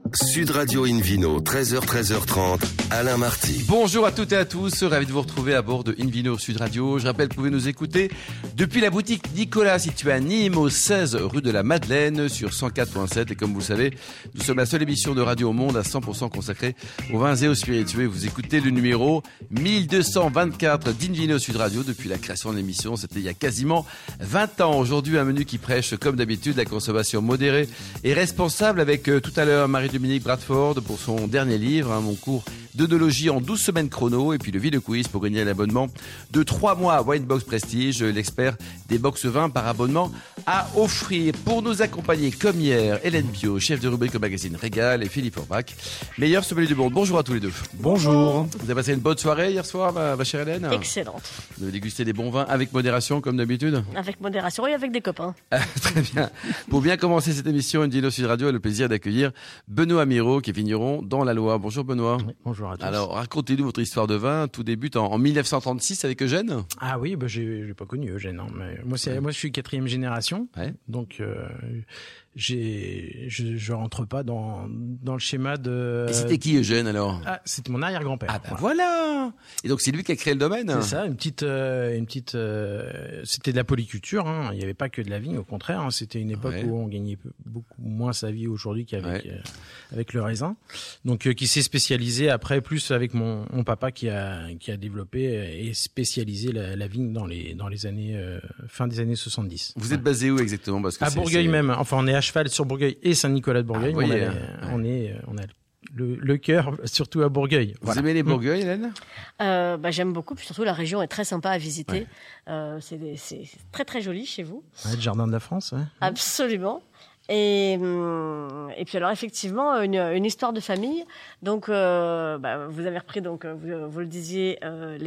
Sud Radio Invino, 13h-13h30, Alain Marty. Bonjour à toutes et à tous, ravi de vous retrouver à bord de Invino Sud Radio. Je rappelle que vous pouvez nous écouter depuis la boutique Nicolas, située à Nîmes, au 16 rue de la Madeleine, sur 104.7. Et comme vous le savez, nous sommes la seule émission de radio au monde à 100% consacrée aux vins et aux spiritueux. Vous écoutez le numéro 1224 d'Invino Sud Radio depuis la création de l'émission. C'était il y a quasiment 20 ans. Aujourd'hui, un menu qui prêche, comme d'habitude, la consommation modérée et responsable, avec tout à l'heure Marie-Dominique Bradford pour son dernier livre, mon cours d'œnologie en 12 semaines chrono, et puis le Vino Quiz pour gagner l'abonnement de 3 mois à Winebox Prestige, l'expert des box vins par abonnement à offrir. Pour nous accompagner, comme hier, Hélène Pio, chef de rubrique au magazine Régal, et Philippe Orbach, meilleur sommelier du monde. Bonjour à tous les deux. Bonjour. Vous avez passé une bonne soirée hier soir, ma chère Hélène? Excellente. Vous avez dégusté des bons vins avec modération, comme d'habitude? Avec modération et avec des copains. Très bien. Pour bien commencer cette émission, Invino Sud Radio a le plaisir d'accueillir Benoît Miro, qui est vigneron dans la Loire. Bonjour Benoît. Oui, bonjour à tous. Alors, racontez-nous votre histoire de vin. Tout débute en 1936 avec Eugène. Ah oui, j'ai pas connu Eugène. Hein, mais moi, je suis 4e génération. Ouais. Donc, je rentre pas dans le schéma de... Et c'était qui Eugène alors? Ah, c'était mon arrière-grand-père. Ah ben voilà. Et donc c'est lui qui a créé le domaine. C'est ça, une petite c'était de la polyculture, hein. Il y avait pas que de la vigne, au contraire, hein. C'était une époque où on gagnait beaucoup moins sa vie aujourd'hui qu'avec avec le raisin. Donc qui s'est spécialisé après plus avec mon papa qui a développé et spécialisé la vigne dans les années fin des années 70. Vous êtes basé où exactement? Parce que à Bourgueil même. Enfin, on est à cheval sur Bourgueil et Saint-Nicolas de Bourgueil. On a le cœur surtout à Bourgueil. Vous aimez les Bourgueils, Hélène? J'aime beaucoup, puis surtout la région est très sympa à visiter. C'est très très joli chez vous. Le jardin de la France, ouais. Absolument. Et puis alors effectivement une histoire de famille. Donc vous avez repris, donc vous le disiez,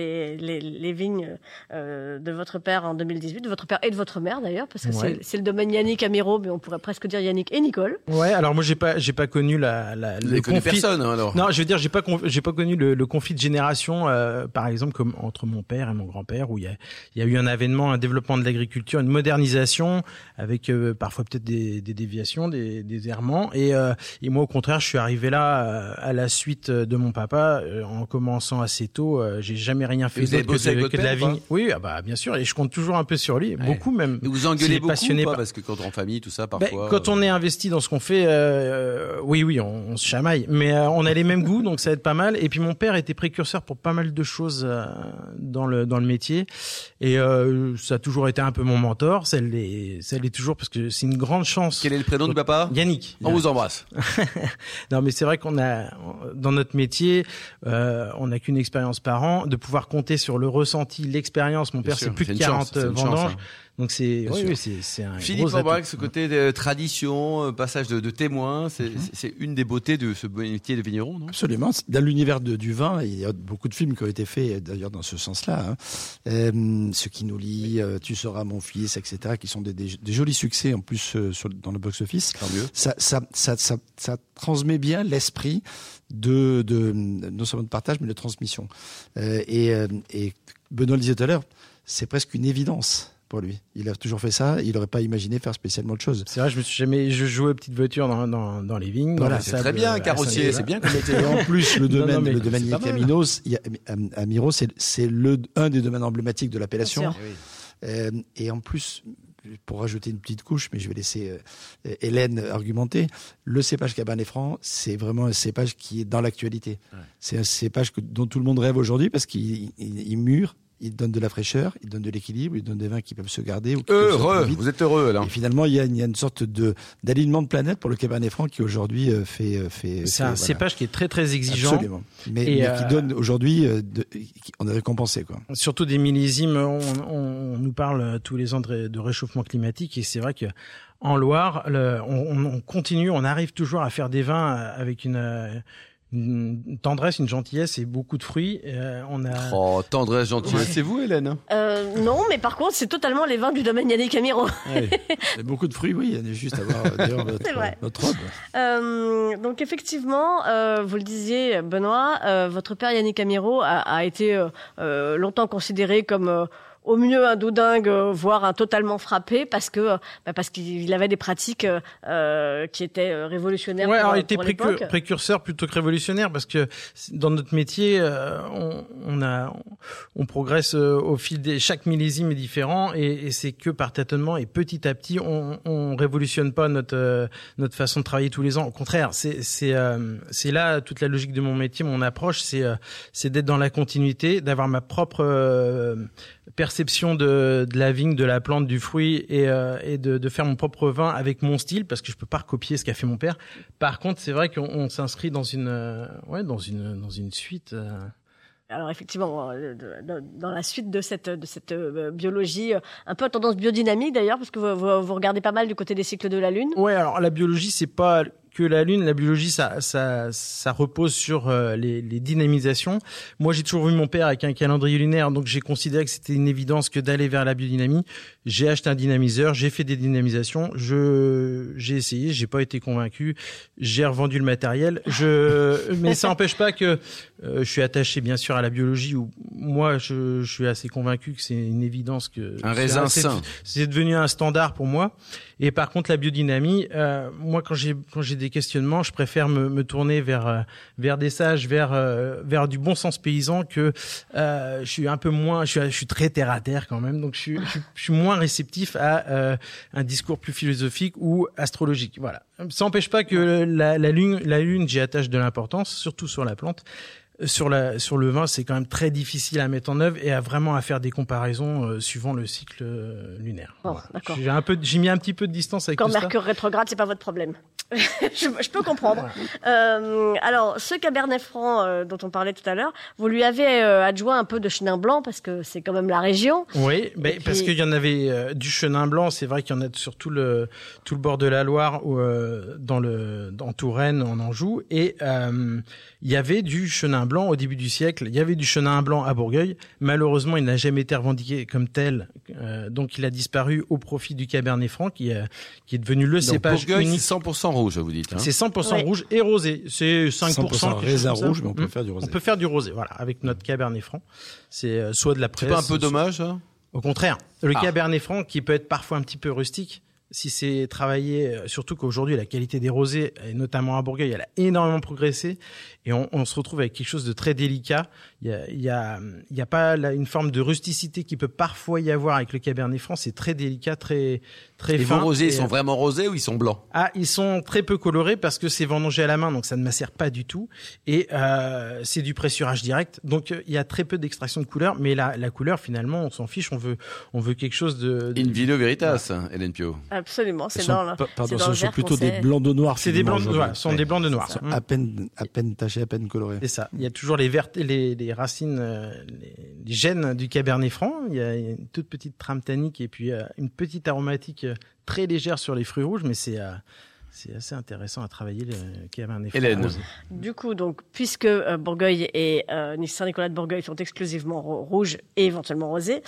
les vignes de votre père en 2018, de votre père et de votre mère d'ailleurs, parce que c'est le domaine Yannick Amiro, mais on pourrait presque dire Yannick et Nicole. Ouais, alors moi j'ai pas connu le conflit. Personne alors. Non, je veux dire j'ai pas connu le conflit de génération, par exemple comme entre mon père et mon grand-père, où il y a eu un avènement, un développement de l'agriculture, une modernisation avec parfois peut-être des déviations, des errements, et moi au contraire je suis arrivé là à la suite de mon papa en commençant assez tôt. J'ai jamais rien fait d'autre que de la vigne. Oui, bien sûr, et je compte toujours un peu sur lui, beaucoup même. Et vous engueulez beaucoup ou pas, parce que quand en famille tout ça parfois. Quand on est investi dans ce qu'on fait, oui, on se chamaille, mais on a les mêmes goûts, donc ça aide pas mal. Et puis mon père était précurseur pour pas mal de choses dans le métier, et ça a toujours été un peu mon mentor. Ça l'est toujours, parce que c'est une grande chance. Quel est le prénom de papa? Yannick. On vous embrasse. Non, mais c'est vrai qu'on a, dans notre métier, on n'a qu'une expérience par an, de pouvoir compter sur le ressenti, l'expérience. Mon père, c'est plus de 40 vendanges. Donc c'est un Philippe gros Orbach, ce côté de tradition, passage de témoins, c'est une des beautés de ce métier de vigneron, non? Absolument. Dans l'univers du vin, il y a beaucoup de films qui ont été faits d'ailleurs dans ce sens-là. Ce qui nous lie, Tu seras mon fils, etc., qui sont des jolis succès en plus dans le box-office. Tant mieux. Ça transmet bien l'esprit de non seulement de partage, mais de transmission. Et Benoît le disait tout à l'heure, c'est presque une évidence pour lui. Il a toujours fait ça. Il n'aurait pas imaginé faire spécialement autre chose. C'est vrai, je jouais aux petites voitures dans les vignes. Voilà, c'est très bien, carrossier, c'est bien. Et en plus, le domaine Yannick Amiro, c'est un des domaines emblématiques de l'appellation. Et en plus, pour rajouter une petite couche, mais je vais laisser Hélène argumenter, le cépage Cabernet Franc, c'est vraiment un cépage qui est dans l'actualité. Ouais. C'est un cépage dont tout le monde rêve aujourd'hui, parce qu'il mûre. Il donne de la fraîcheur, il donne de l'équilibre, il donne des vins qui peuvent se garder. Vous êtes heureux alors. Et finalement, il y a une sorte d'alignement de planète pour le Cabernet Franc qui aujourd'hui fait. C'est un cépage qui est très très exigeant. Absolument. Mais qui donne aujourd'hui, on est récompensé quoi. Surtout des millésimes, on nous parle tous les ans de réchauffement climatique, et c'est vrai que en Loire, on continue, on arrive toujours à faire des vins avec une tendresse, une gentillesse et beaucoup de fruits. Tendresse, gentillesse, c'est vous, Hélène? Non, mais par contre, c'est totalement les vins du domaine Yannick Amiro. Oui. Beaucoup de fruits, oui. Il y en a juste à voir d'ailleurs notre robe. Donc effectivement, vous le disiez, Benoît, votre père Yannick Amiro a été longtemps considéré comme au mieux un doudingue, voire un totalement frappé, parce qu'il avait des pratiques qui étaient révolutionnaires. Ouais, alors il était précurseur plutôt que révolutionnaire, parce que dans notre métier, on progresse au fil chaque millésime est différent, et c'est que par tâtonnement, et petit à petit, on révolutionne pas notre façon de travailler tous les ans. Au contraire, c'est là toute la logique de mon métier, mon approche, c'est d'être dans la continuité, d'avoir ma propre perception de la vigne, de la plante, du fruit, et de faire mon propre vin avec mon style, parce que je peux pas recopier ce qu'a fait mon père. Par contre, c'est vrai qu'on s'inscrit dans une suite. Alors effectivement, dans la suite de cette biologie, un peu à tendance biodynamique d'ailleurs, parce que vous regardez pas mal du côté des cycles de la Lune. Ouais, alors la biologie, c'est pas que la Lune. La biologie, ça repose sur les dynamisations. Moi, j'ai toujours vu mon père avec un calendrier lunaire, donc j'ai considéré que c'était une évidence que d'aller vers la biodynamie. J'ai acheté un dynamiseur, j'ai fait des dynamisations, j'ai essayé, j'ai pas été convaincu, j'ai revendu le matériel. Mais ça n'empêche pas que je suis attaché bien sûr à la biologie, où moi je suis assez convaincu que c'est une évidence que un raisin sain. C'est devenu un standard pour moi. Et par contre la biodynamie, moi quand j'ai des questionnements, je préfère me tourner vers des sages, vers du bon sens paysan, que je suis un peu moins, je suis très terre à terre quand même, donc je suis moins réceptif à un discours plus philosophique ou astrologique. Voilà. Ça n'empêche pas que la lune, j'y attache de l'importance, surtout sur la plante. Sur le vin, c'est quand même très difficile à mettre en œuvre et à faire des comparaisons suivant le cycle lunaire. Bon, voilà. D'accord. J'ai mis un petit peu de distance avec Quand tout ça. Mercure rétrograde, c'est pas votre problème. je peux comprendre. Alors, ce Cabernet Franc dont on parlait tout à l'heure, vous lui avez adjoint un peu de chenin blanc, parce que c'est quand même la région. Oui, parce qu'il y en avait du chenin blanc. C'est vrai qu'il y en a sur tout le bord de la Loire, dans Touraine, en Anjou, et il y avait du chenin blanc au début du siècle. Il y avait du chenin blanc à Bourgueil. Malheureusement, il n'a jamais été revendiqué comme tel, donc il a disparu au profit du Cabernet Franc, qui est devenu le cépage Bourgueil, unique. C'est 100% rouge, vous dites. Hein. C'est 100% rouge et rosé. C'est 5% raisin rouge, mais on peut faire du rosé. On peut faire du rosé, voilà, avec notre Cabernet Franc. C'est soit de la presse. C'est pas un peu dommage, ça ? Au contraire, le Cabernet Franc, qui peut être parfois un petit peu rustique, si c'est travaillé, surtout qu'aujourd'hui la qualité des rosés, et notamment à Bourgueil, elle a énormément progressé, et on se retrouve avec quelque chose de très délicat. Il y a pas une forme de rusticité qui peut parfois y avoir avec le Cabernet Franc. C'est très délicat, très fin. Et vos rosés, ils sont vraiment rosés ou ils sont blancs ? Ah, ils sont très peu colorés parce que c'est vendangé à la main, donc ça ne macère pas du tout, et c'est du pressurage direct, donc il y a très peu d'extraction de couleur, mais la couleur, finalement, on s'en fiche. On veut quelque chose de In vino veritas, Hélène Pio. Absolument, ce sont plutôt des blancs de noir. C'est des blancs de noir, sont des blancs de noir. À peine tachés, à peine colorés. C'est ça. Il y a toujours les racines, les gènes du Cabernet Franc. Il y a une toute petite trame tannique et puis une petite aromatique très légère sur les fruits rouges, mais c'est assez intéressant à travailler le Cabernet Franc. Hélène. Du coup, donc, puisque Bourgueil et Saint-Nicolas de Bourgueil sont exclusivement rouges et éventuellement rosés,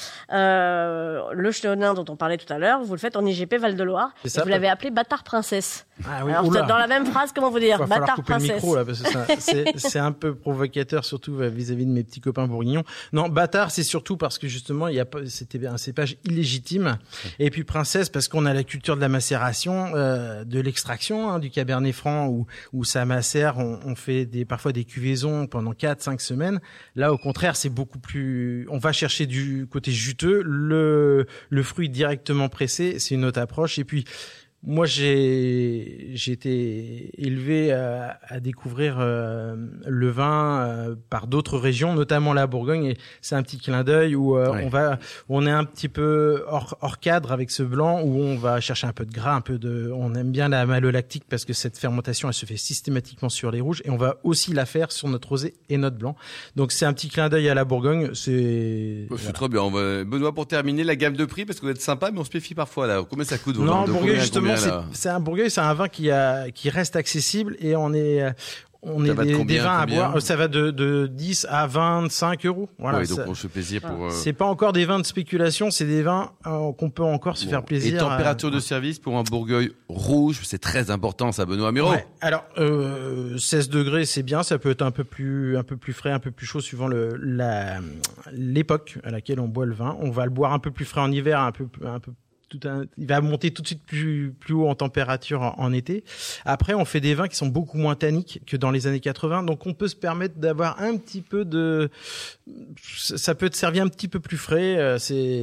le chenin dont on parlait tout à l'heure, vous le faites en IGP Val-de-Loire. Vous l'avez appelé Bâtard Princesse. Ah oui, alors, dans la même phrase, comment vous dire ? Il va falloir Bâtard couper Princesse. le micro, là, parce que c'est un peu provocateur, surtout vis-à-vis de mes petits copains bourguignons. Non, Bâtard, c'est surtout parce que justement, c'était un cépage illégitime. Et puis Princesse, parce qu'on a la culture de la macération, de l'extraction, du Cabernet Franc, où ça macère. On fait parfois des cuvaisons pendant 4-5 semaines. Là, au contraire, c'est beaucoup plus, on va chercher du côté juteux, le fruit directement pressé. C'est une autre approche. Et puis, moi, j'ai été élevé à découvrir le vin par d'autres régions, notamment la Bourgogne, et c'est un petit clin d'œil où on est un petit peu hors cadre avec ce blanc, où on va chercher un peu de gras, on aime bien la malolactique parce que cette fermentation, elle se fait systématiquement sur les rouges, et on va aussi la faire sur notre rosé et notre blanc. Donc c'est un petit clin d'œil à la Bourgogne. C'est très bien. Benoît, pour terminer, la gamme de prix, parce que vous êtes sympa, mais on se méfie parfois là. Combien ça coûte vos vins de Bourgogne, justement, combien, c'est un Bourgueil, c'est un vin qui reste accessible, et on est On est des vins à boire, ça va de 10 à 25 €. Voilà. Oui, donc on se fait plaisir pour. C'est pas encore des vins de spéculation, c'est des vins qu'on peut encore se faire plaisir. Et température de service pour un Bourgogne rouge, c'est très important, ça, Benoît Miro. Ouais. Alors 16 degrés, c'est bien, ça peut être un peu plus frais, un peu plus chaud suivant l'époque à laquelle on boit le vin. On va le boire un peu plus frais en hiver, un peu il va monter tout de suite plus haut en température en été. Après, on fait des vins qui sont beaucoup moins tanniques que dans les années 80, donc on peut se permettre d'avoir un petit peu ça peut être servi un petit peu plus frais.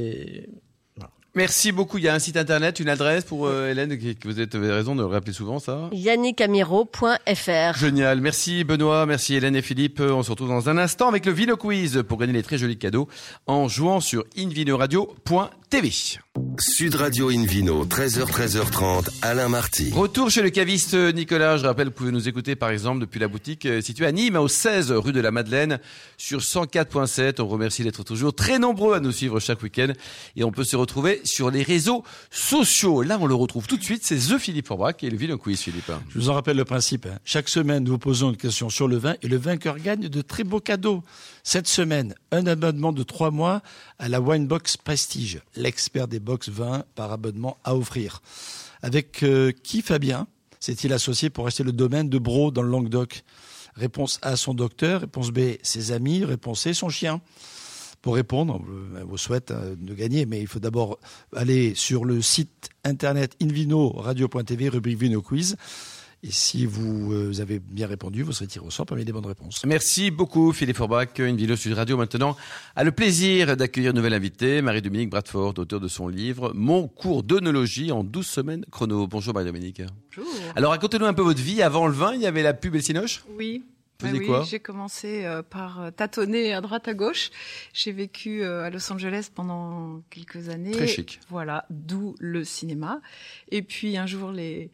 Merci beaucoup. Il y a un site internet, une adresse pour Hélène, que vous avez raison de le rappeler souvent, ça. yannickamiro.fr. Génial. Merci Benoît, merci Hélène et Philippe. On se retrouve dans un instant avec le Vino Quiz pour gagner les très jolis cadeaux en jouant sur invinoradio.tv. Sud Radio Invino, 13h-13h30, Alain Marty. Retour chez le caviste Nicolas. Je rappelle, vous pouvez nous écouter par exemple depuis la boutique située à Nîmes, au 16 rue de la Madeleine, sur 104.7. On remercie d'être toujours très nombreux à nous suivre chaque week-end. Et on peut se retrouver sur les réseaux sociaux. Là, on le retrouve tout de suite. C'est The Philippe Forbach et le Vino Quiz, Philippe. Je vous en rappelle le principe. Chaque semaine, nous vous posons une question sur le vin et le vainqueur gagne de très beaux cadeaux. Cette semaine, un abonnement de 3 mois à la Winebox Prestige, l'expert des box vin par abonnement à offrir. Avec qui Fabien s'est-il associé pour acheter le domaine de Brault dans le Languedoc? Réponse A, son docteur. Réponse B, ses amis. Réponse C, son chien. Pour répondre, on vous souhaite de gagner, mais il faut d'abord aller sur le site internet invinoradio.tv, rubrique Vino Quiz. Et si vous avez bien répondu, vous serez tiré au sort parmi les bonnes réponses. Merci beaucoup Philippe Forbach. Invino Sud Radio maintenant a le plaisir d'accueillir une nouvelle invitée, Marie-Dominique Bradford, auteure de son livre Mon cours d'œnologie en 12 semaines chrono. Bonjour Marie-Dominique. Bonjour. Alors racontez-nous un peu votre vie. Avant le vin, il y avait la pub Elsinoche. Oui. Quoi? J'ai commencé par tâtonner à droite à gauche. J'ai vécu à Los Angeles pendant quelques années. Très chic. Voilà, d'où le cinéma. Et puis un jour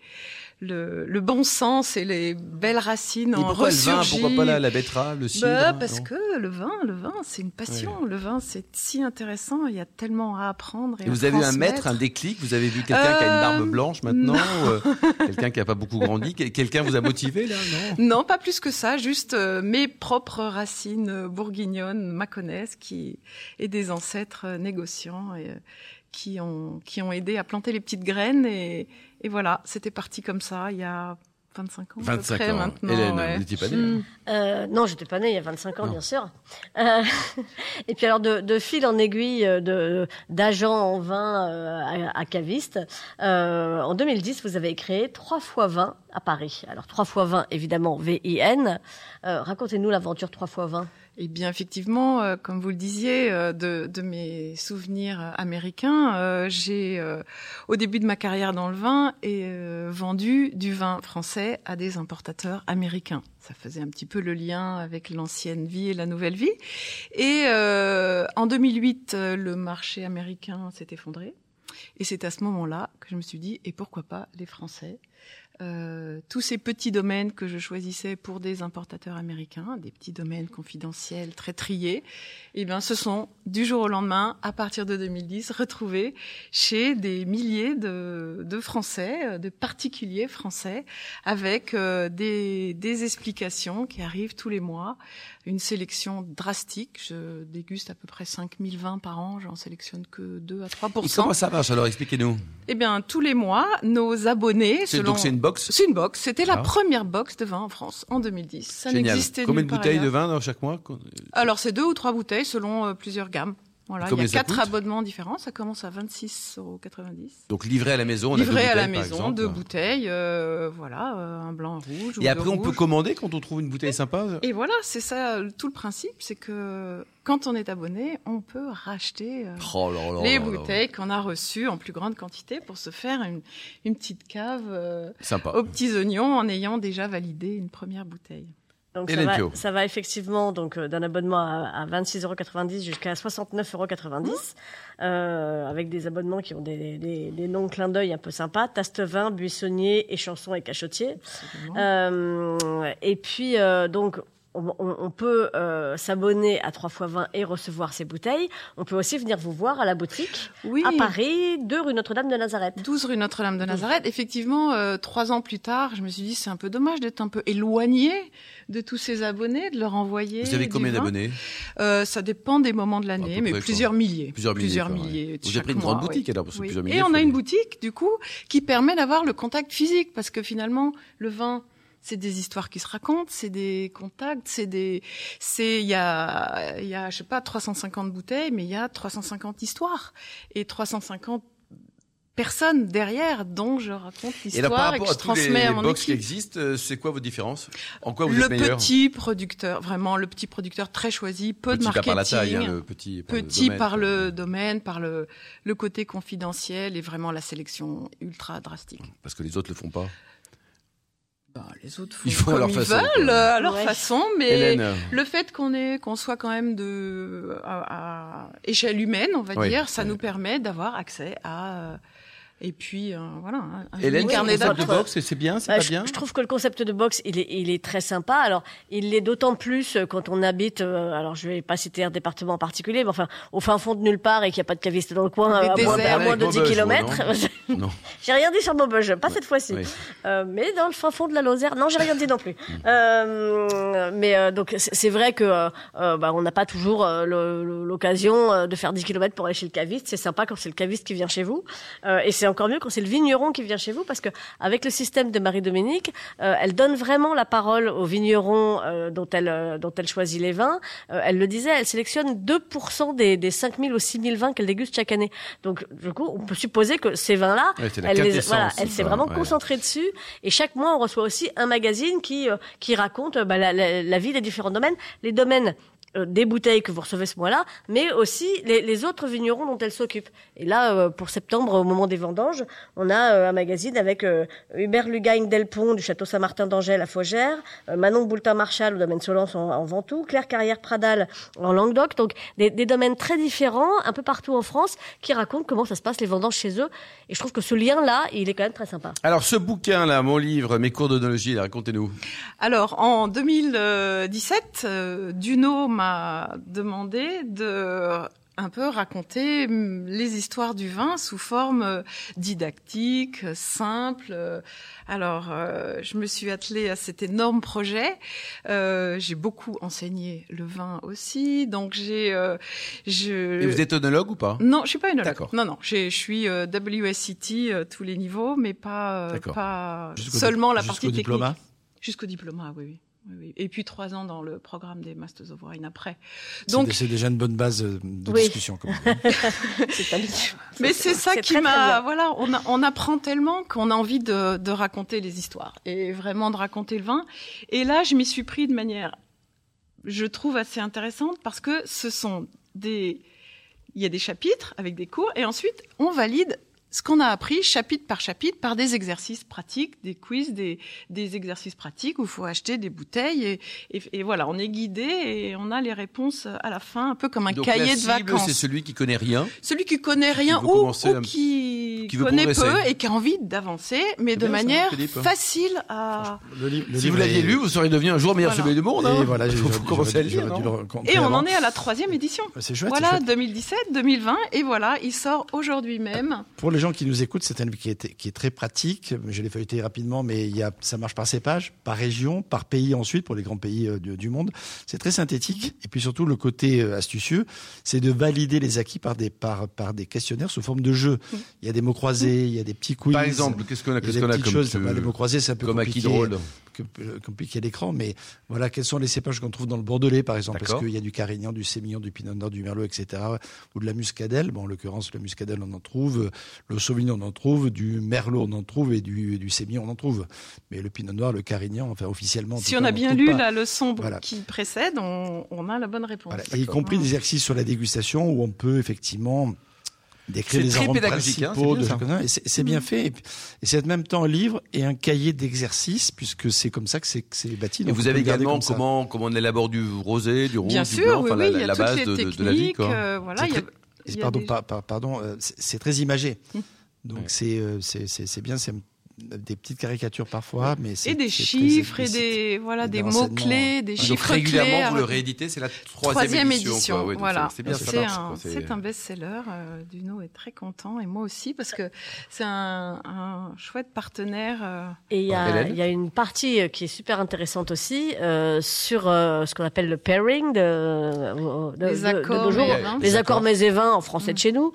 le bon sens et les belles racines ont ressurgi. Le vin, pourquoi pas la betterave, le cidre? Parce que le vin, c'est une passion. Oui. Le vin, c'est si intéressant. Il y a tellement à apprendre et vous avez eu un maître, un déclic? Vous avez vu quelqu'un qui a une barbe blanche maintenant? Quelqu'un qui a pas beaucoup grandi? Quelqu'un vous a motivé là? Non, pas plus que ça. Juste mes propres racines bourguignonnes, mâconaises, et des ancêtres négociants et qui ont aidé à planter les petites graines et voilà, c'était parti comme ça il y a 25 ans. 25 à peu près, ans. Maintenant. Hélène, ouais. vous n'étiez pas née non, j'étais pas née il y a 25 ans, bien sûr. Et puis alors, de fil en aiguille, d'agent en vin à caviste, en 2010, vous avez créé 3 fois 20 à Paris. Alors, 3 fois 20, évidemment, VIN. Racontez-nous l'aventure 3 fois 20. Eh bien, effectivement, comme vous le disiez, de mes souvenirs américains, j'ai, au début de ma carrière dans le vin, vendu du vin français à des importateurs américains. Ça faisait un petit peu le lien avec l'ancienne vie et la nouvelle vie. Et en 2008, le marché américain s'est effondré. Et c'est à ce moment-là que je me suis dit, et pourquoi pas les Français ? Tous ces petits domaines que je choisissais pour des importateurs américains, des petits domaines confidentiels, très triés, eh bien, se sont, du jour au lendemain, à partir de 2010, retrouvés chez des milliers de Français, de particuliers français, avec des explications qui arrivent tous les mois, une sélection drastique. Je déguste à peu près 5000 vins par an, j'en sélectionne que 2 à 3%. Et comment ça marche alors? Expliquez-nous. Eh bien, tous les mois, nos abonnés... Donc c'est une box? C'est une box. C'était la première box de vin en France en 2010. Ça n'existait Combien nulle de part bouteilles ailleurs. de vin dans chaque mois? Alors, c'est 2 ou 3 bouteilles selon plusieurs gammes. Voilà, il y a 4 abonnements différents. Ça commence à 26,90 €. Donc livré à la maison, livré à la maison, 2 bouteilles, voilà, un blanc, un rouge. Et après, on peut commander quand on trouve une bouteille sympa. Et voilà, c'est ça tout le principe, c'est que quand on est abonné, on peut racheter les bouteilles qu'on a reçues en plus grande quantité pour se faire une petite cave aux petits oignons en ayant déjà validé une première bouteille. Donc ça va effectivement donc d'un abonnement à 26,90 € jusqu'à 69,90 €, avec des abonnements qui ont des noms clins d'œil un peu sympas: Tastevin, Buissonnier, Échanson et Cachotier. Et puis donc on peut s'abonner à 3x20 et recevoir ces bouteilles. On peut aussi venir vous voir à la boutique à Paris, 2 rue Notre-Dame de Nazareth. 12 rue Notre-Dame de Nazareth. Effectivement, 3 ans plus tard, je me suis dit c'est un peu dommage d'être un peu éloigné de tous ces abonnés, de leur envoyer. Vous avez combien d'abonnés? Ça dépend des moments de l'année, mais plusieurs milliers. Plusieurs milliers. Vous avez pris une grande boutique alors, parce que plusieurs milliers. Et on a une boutique du coup qui permet d'avoir le contact physique, parce que finalement le vin, c'est des histoires qui se racontent, c'est des contacts, il y a, je sais pas, 350 bouteilles, mais il y a 350 histoires. Et 350 personnes derrière dont je raconte l'histoire et que je transmets à mon équipe. Et par rapport à tous les box qui existent, c'est quoi vos différences? En quoi vous êtes meilleur? Le petit producteur, vraiment le petit producteur très choisi, peu de marketing. Par la taille, hein, petit par le domaine, par le côté confidentiel et vraiment la sélection ultra drastique. Parce que les autres le font pas. Les autres font comme ils veulent, à leur façon, mais Hélène. Le fait qu'on soit quand même à échelle humaine, on va dire, ça nous permet d'avoir accès à et puis voilà. Hélène, le concept de box, c'est bien, c'est pas bien. Je trouve que le concept de box, il est très sympa. Alors, il l'est d'autant plus quand on habite. Alors, je vais pas citer un département en particulier, mais enfin, au fin fond de nulle part et qu'il n'y a pas de caviste dans le coin, à moins de 10 kilomètres. Non. J'ai rien dit sur Maubeuge, pas cette fois-ci. Oui. Mais dans le fin fond de la Lozère, non, j'ai rien dit non plus. Donc, c'est vrai que on n'a pas toujours l'occasion de faire 10 kilomètres pour aller chez le caviste. C'est sympa quand c'est le caviste qui vient chez vous, et c'est encore mieux quand c'est le vigneron qui vient chez vous, parce que avec le système de Marie-Dominique, elle donne vraiment la parole aux vignerons dont elle choisit les vins. Elle le disait, elle sélectionne 2% des 5000 ou 6000 vins qu'elle déguste chaque année. Donc du coup, on peut supposer que ces vins-là, elle s'est vraiment concentrée dessus. Et chaque mois, on reçoit aussi un magazine qui raconte la vie des différents domaines, les domaines des bouteilles que vous recevez ce mois-là, mais aussi les autres vignerons dont elle s'occupe. Et là, pour septembre, au moment des vendanges, on a un magazine avec Hubert Lugagne Delpont du Château Saint-Martin d'Angèle à Faugères, Manon Boultin-Marchal au domaine Solence en Ventoux, Claire Carrière-Pradal en Languedoc. Donc des domaines très différents, un peu partout en France, qui racontent comment ça se passe les vendanges chez eux. Et je trouve que ce lien-là, il est quand même très sympa. Alors ce bouquin-là, mon livre, mes cours d'œnologie, racontez-nous. Alors en 2017, Duno m'a demandé de un peu raconter les histoires du vin sous forme didactique, simple. Alors, je me suis attelée à cet énorme projet. J'ai beaucoup enseigné le vin aussi, donc Et vous êtes œnologue ou pas? Non, je suis pas œnologue. D'accord. Non, je suis WSET tous les niveaux, mais pas seulement la partie technique. Jusqu'au diplôme, oui. Oui. Et puis 3 ans dans le programme des Masters of Wine après. Donc c'est déjà une bonne base de discussion. Mais c'est ça qui m'a. Voilà, on apprend tellement qu'on a envie de raconter les histoires et vraiment de raconter le vin. Et là, je m'y suis pris de manière, je trouve, assez intéressante, parce que il y a des chapitres avec des cours et ensuite on valide ce qu'on a appris chapitre par des exercices pratiques, des quiz, des exercices pratiques où il faut acheter des bouteilles et voilà, on est guidé et on a les réponses à la fin, un peu comme un cahier de vacances. C'est celui qui connaît rien. Celui qui connaît rien ou qui connaît peu et qui a envie d'avancer, mais de manière facile à... Si vous l'aviez lu, vous seriez devenu un jour meilleur sommelier du monde. Et voilà, il faut commencer à le lire. Et on en est à la 3e édition. C'est chouette. Voilà, 2017, 2020, et voilà, il sort aujourd'hui même. Pour les gens qui nous écoutent, c'est un livre qui est très pratique. Je l'ai feuilleté rapidement, mais ça marche par cépage, par région, par pays ensuite, pour les grands pays du monde. C'est très synthétique. Et puis surtout, le côté astucieux, c'est de valider les acquis par des questionnaires sous forme de jeu. Il y a des mots croisés, il y a des petits quiz. Par exemple, qu'est-ce qu'on a comme choses. Les mots croisés, c'est un peu compliqué à l'écran, mais voilà, quels sont les cépages qu'on trouve dans le Bordelais, par exemple, D'accord. parce qu'il y a du Carignan, du Sémillon, du Pinot Noir, du Merlot, etc., ou de la Muscadelle. Bon, en l'occurrence, la Muscadelle, on en trouve, le Sauvignon, on en trouve, du Merlot, on en trouve, et du Sémillon, on en trouve. Mais le Pinot Noir, le Carignan, enfin, officiellement... Si on a bien lu la leçon qui précède, on a la bonne réponse. Voilà. Et y compris des exercices sur la dégustation, où on peut effectivement... d'écrire les arômes principaux de chacun. Et c'est bien fait. Et c'est en même temps un livre et un cahier d'exercices, puisque c'est comme ça que c'est bâti. Et vous avez également comment on élabore du rosé, du rouge, bien du sûr, blanc, oui, la base de la vie, quoi. Voilà, pardon, c'est très imagé. Donc c'est bien, des petites caricatures parfois, mais et des chiffres et des mots clés, des chiffres clés. Régulièrement vous le rééditez, c'est la troisième édition. Quoi. Ouais, voilà, c'est bien, c'est un best-seller. Duno est très content et moi aussi parce que c'est un chouette partenaire. Et il y a une partie qui est super intéressante aussi sur ce qu'on appelle le pairing les accords, les accords mets et vins en français de chez nous,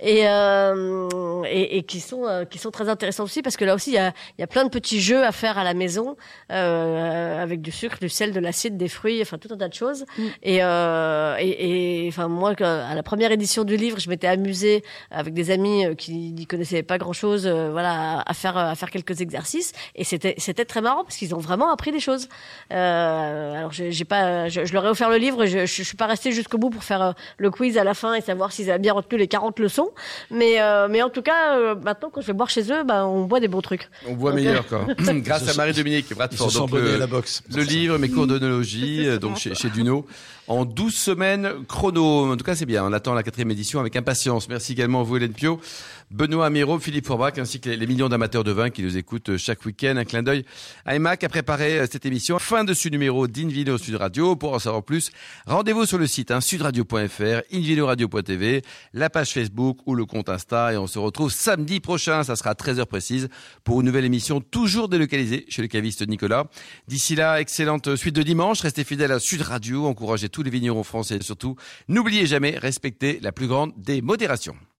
et qui sont très intéressants aussi parce que là aussi il y a plein de petits jeux à faire à la maison avec du sucre, du sel, de l'acide, des fruits, enfin tout un tas de choses. Et enfin moi à la première édition du livre, je m'étais amusée avec des amis qui n'y connaissaient pas grand-chose, à faire quelques exercices, et c'était très marrant parce qu'ils ont vraiment appris des choses. Alors je leur ai offert le livre et je suis pas restée jusqu'au bout pour faire le quiz à la fin et savoir s'ils avaient bien retenu les 40 leçons, mais en tout cas maintenant quand je vais boire chez eux, on boit des bons trucs. On boit meilleur quoi. Grâce à Marie-Dominique Bradford. Donc la boxe. Le livre, mes cours d'œnologie, donc chez Duno, en 12 semaines chrono. En tout cas, c'est bien. On attend la 4e édition avec impatience. Merci également à vous, Hélène Pio, Benoît Amirault, Philippe Forbach, ainsi que les millions d'amateurs de vin qui nous écoutent chaque week-end. Un clin d'œil à Emma qui a préparé cette émission. Fin de ce numéro d'Invino Sud Radio. Pour en savoir plus, rendez-vous sur le site sudradio.fr, invinoradio.tv, la page Facebook ou le compte Insta. Et on se retrouve samedi prochain. Ça sera à 13h précise pour une nouvelle émission toujours délocalisée chez le caviste Nicolas. D'ici là, excellente suite de dimanche. Restez fidèles à Sud Radio. Encouragez tous les vignerons français et surtout, n'oubliez jamais, respectez la plus grande des modérations.